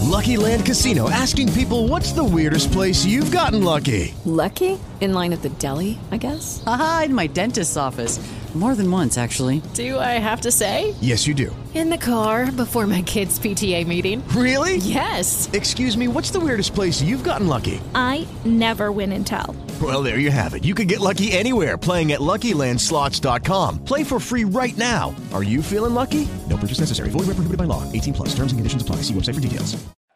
Lucky Land Casino, asking people, what's the weirdest place you've gotten lucky? Lucky? In line at the deli, I guess? Aha, in my dentist's office. More than once, actually. Do I have to say? Yes, you do. In the car before my kids' PTA meeting. Really? Yes. Excuse me, what's the weirdest place you've gotten lucky? I never win and tell. Well, there you have it. You can get lucky anywhere, playing at LuckyLandSlots.com. Play for free right now. Are you feeling lucky? No purchase necessary. Void where prohibited by law. 18 plus. Terms and conditions apply. See website for details.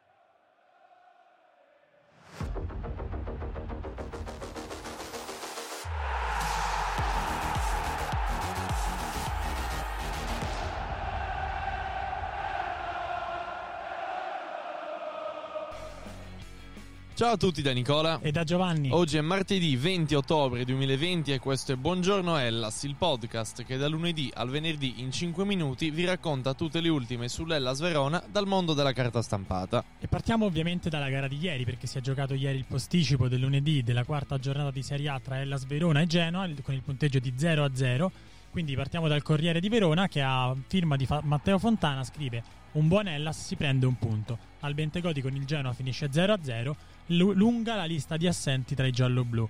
Ciao a tutti da Nicola e da Giovanni. Oggi è martedì 20 ottobre 2020 e questo è Buongiorno Hellas, il podcast che da lunedì al venerdì in 5 minuti vi racconta tutte le ultime sull'Hellas Verona dal mondo della carta stampata. E partiamo ovviamente dalla gara di ieri, perché si è giocato ieri il posticipo del lunedì della quarta giornata di Serie A tra Hellas Verona e Genoa con il punteggio di 0-0. Quindi partiamo dal Corriere di Verona, che a firma di Matteo Fontana scrive: un buon Hellas si prende un punto. Al Bentegodi con il Genoa finisce 0-0. Lunga la lista di assenti tra i gialloblu.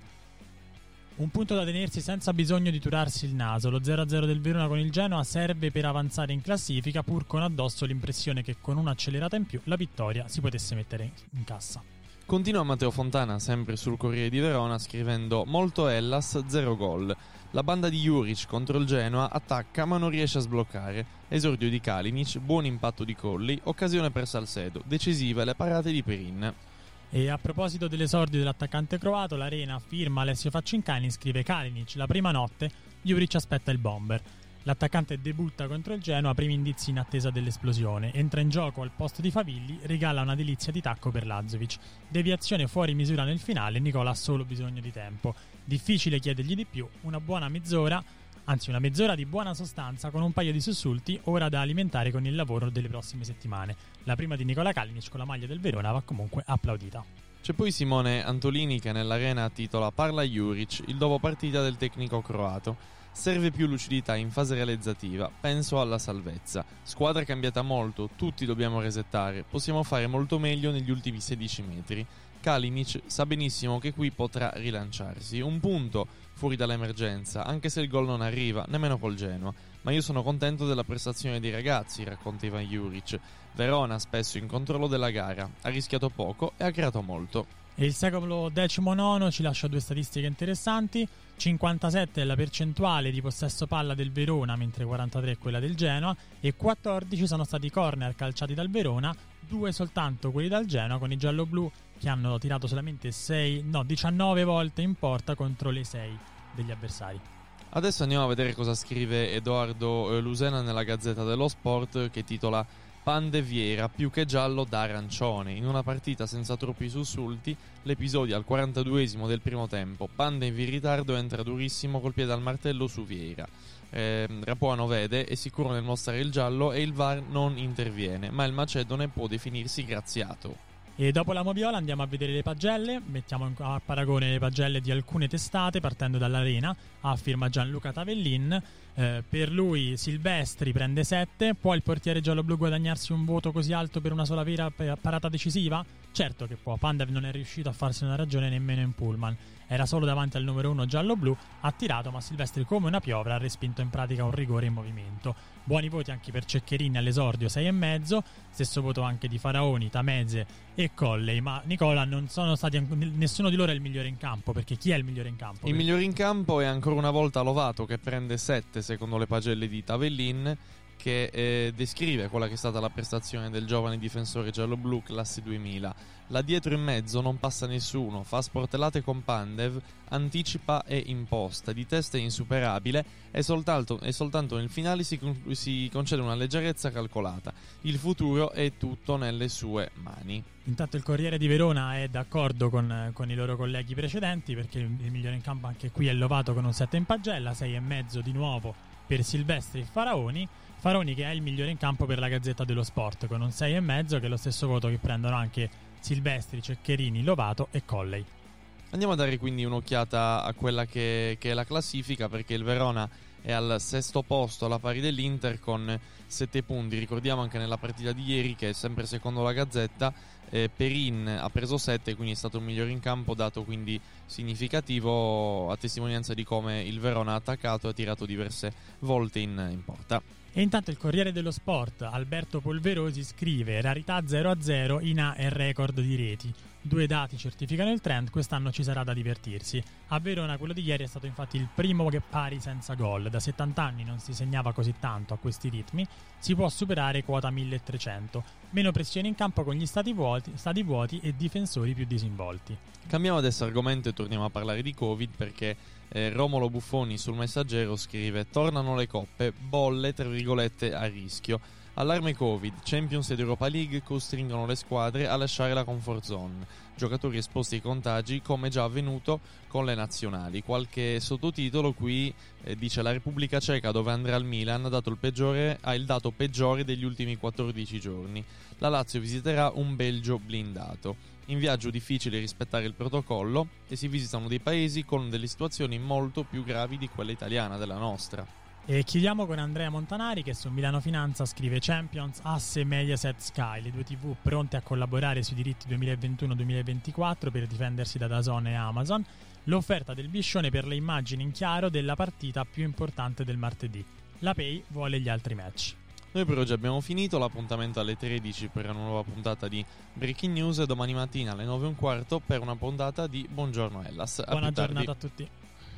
Un punto da tenersi senza bisogno di turarsi il naso. Lo 0-0 del Verona con il Genoa serve per avanzare in classifica, pur con addosso l'impressione che con un'accelerata in più la vittoria si potesse mettere in cassa. Continua Matteo Fontana sempre sul Corriere di Verona scrivendo: molto Hellas, 0 gol. La banda di Juric contro il Genoa attacca ma non riesce a sbloccare. Esordio di Kalinic, buon impatto di Colli, occasione per Salcedo, decisive le parate di Perin. E a proposito dell'esordio dell'attaccante croato, l'Arena firma Alessio Faccincani, scrive Kalinic: la prima notte Juric aspetta il bomber. L'attaccante debutta contro il Genoa, primi indizi in attesa dell'esplosione. Entra in gioco al posto di Favilli, regala una delizia di tacco per Lazovic. Deviazione fuori misura nel finale, Nicola ha solo bisogno di tempo. Difficile chiedergli di più, una mezz'ora di buona sostanza con un paio di sussulti, ora da alimentare con il lavoro delle prossime settimane. La prima di Nicola Kalinic con la maglia del Verona va comunque applaudita. C'è poi Simone Antolini che nell'Arena titola: parla Juric, il dopo partita del tecnico croato. Serve più lucidità in fase realizzativa, penso alla salvezza. Squadra cambiata molto, tutti dobbiamo resettare, possiamo fare molto meglio negli ultimi 16 metri. Kalinic sa benissimo che qui potrà rilanciarsi. Un punto fuori dall'emergenza, anche se il gol non arriva, nemmeno col Genoa. Ma io sono contento della prestazione dei ragazzi, racconta Ivan Juric. Verona spesso in controllo della gara, ha rischiato poco e ha creato molto. E il secolo 19 ci lascia due statistiche interessanti. 57 è la percentuale di possesso palla del Verona, mentre 43 è quella del Genoa, e 14 sono stati corner calciati dal Verona, 2 soltanto quelli dal Genoa, con i gialloblu che hanno tirato solamente 19 volte in porta contro le 6 degli avversari. Adesso andiamo a vedere cosa scrive Edoardo Lusena nella Gazzetta dello Sport, che titola: Pandeviera più che giallo da arancione. In una partita senza troppi sussulti, l'episodio al 42esimo del primo tempo. Pandev in ritardo entra durissimo col piede al martello su Vieira. Rapuano vede, è sicuro nel mostrare il giallo e il VAR non interviene, ma il macedone può definirsi graziato. E dopo la moviola andiamo a vedere le pagelle. Mettiamo a paragone le pagelle di alcune testate, partendo dall'Arena, a firma Gianluca Tavellin. Per lui Silvestri prende 7. Può il portiere gialloblu guadagnarsi un voto così alto per una sola vera parata decisiva? Certo che può. Pandev non è riuscito a farsi una ragione nemmeno in pullman. Era solo davanti al numero 1 gialloblu, ha tirato, ma Silvestri come una piovra ha respinto in pratica un rigore in movimento. Buoni voti anche per Ceccherini all'esordio, 6,5. Stesso voto anche di Faraoni, Tameze e Colley. Ma Nicola, non sono stati nessuno di loro è il migliore in campo, perché chi è il migliore in campo? Il migliore in campo è ancora una volta Lovato, che prende 7 secondo le pagelle di Tavellin, che descrive quella che è stata la prestazione del giovane difensore gialloblu classe 2000. Là dietro in mezzo non passa nessuno, fa sportellate con Pandev, anticipa e imposta, di testa è insuperabile e soltanto nel finale si concede una leggerezza calcolata. Il futuro è tutto nelle sue mani. Intanto il Corriere di Verona è d'accordo con i loro colleghi precedenti, perché il migliore in campo anche qui è Lovato con un 7 in pagella, 6,5 di nuovo per Silvestri e Faraoni, che è il migliore in campo per la Gazzetta dello Sport con un 6,5, che è lo stesso voto che prendono anche Silvestri, Ceccherini, Lovato e Colley. Andiamo a dare quindi un'occhiata a quella che è la classifica, perché il Verona è al sesto posto alla pari dell'Inter con 7 punti. Ricordiamo anche nella partita di ieri che sempre secondo la Gazzetta Perin ha preso 7, quindi è stato il migliore in campo, dato quindi significativo a testimonianza di come il Verona ha attaccato e ha tirato diverse volte in porta. E intanto il Corriere dello Sport, Alberto Polverosi, scrive: rarità 0-0, Ina è record di reti. 2 dati certificano il trend, quest'anno ci sarà da divertirsi. A Verona quello di ieri è stato infatti il primo che pari senza gol. Da 70 anni non si segnava così tanto a questi ritmi. Si può superare quota 1300. Meno pressione in campo con gli stadi vuoti e difensori più disinvolti. Cambiamo adesso argomento e torniamo a parlare di Covid, perché Romolo Buffoni sul Messaggero scrive: tornano le coppe, bolle tra virgolette a rischio. Allarme Covid, Champions ed Europa League costringono le squadre a lasciare la comfort zone. Giocatori esposti ai contagi, come già avvenuto con le nazionali. Qualche sottotitolo qui dice: la Repubblica Ceca, dove andrà il Milan, ha il dato peggiore degli ultimi 14 giorni. La Lazio visiterà un Belgio blindato. In viaggio difficile rispettare il protocollo e si visitano dei paesi con delle situazioni molto più gravi di quella italiana, della nostra. E chiudiamo con Andrea Montanari che su Milano Finanza scrive: Champions, asse Mediaset Sky, le 2 TV pronte a collaborare sui diritti 2021-2024 per difendersi da DAZN e Amazon. L'offerta del Biscione per le immagini in chiaro della partita più importante del martedì. La Pay vuole gli altri match. Noi per oggi abbiamo finito, l'appuntamento alle 13 per una nuova puntata di Breaking News e domani mattina alle 9:15 per una puntata di Buongiorno Hellas. Buona giornata a tutti.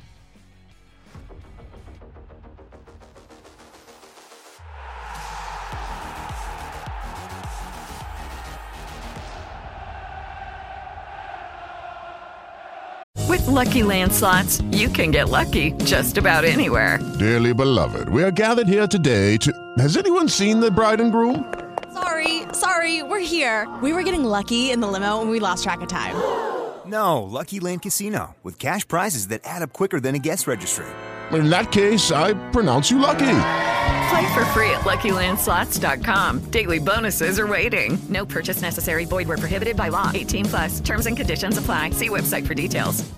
With Lucky Land Slots, you can get lucky just about anywhere. Dearly beloved, we are gathered here today to... Has anyone seen the bride and groom? Sorry, we're here. We were getting lucky in the limo and we lost track of time. No, Lucky Land Casino, with cash prizes that add up quicker than a guest registry. In that case, I pronounce you lucky. Play for free at LuckyLandSlots.com. Daily bonuses are waiting. No purchase necessary. Void where prohibited by law. 18+. Terms and conditions apply. See website for details.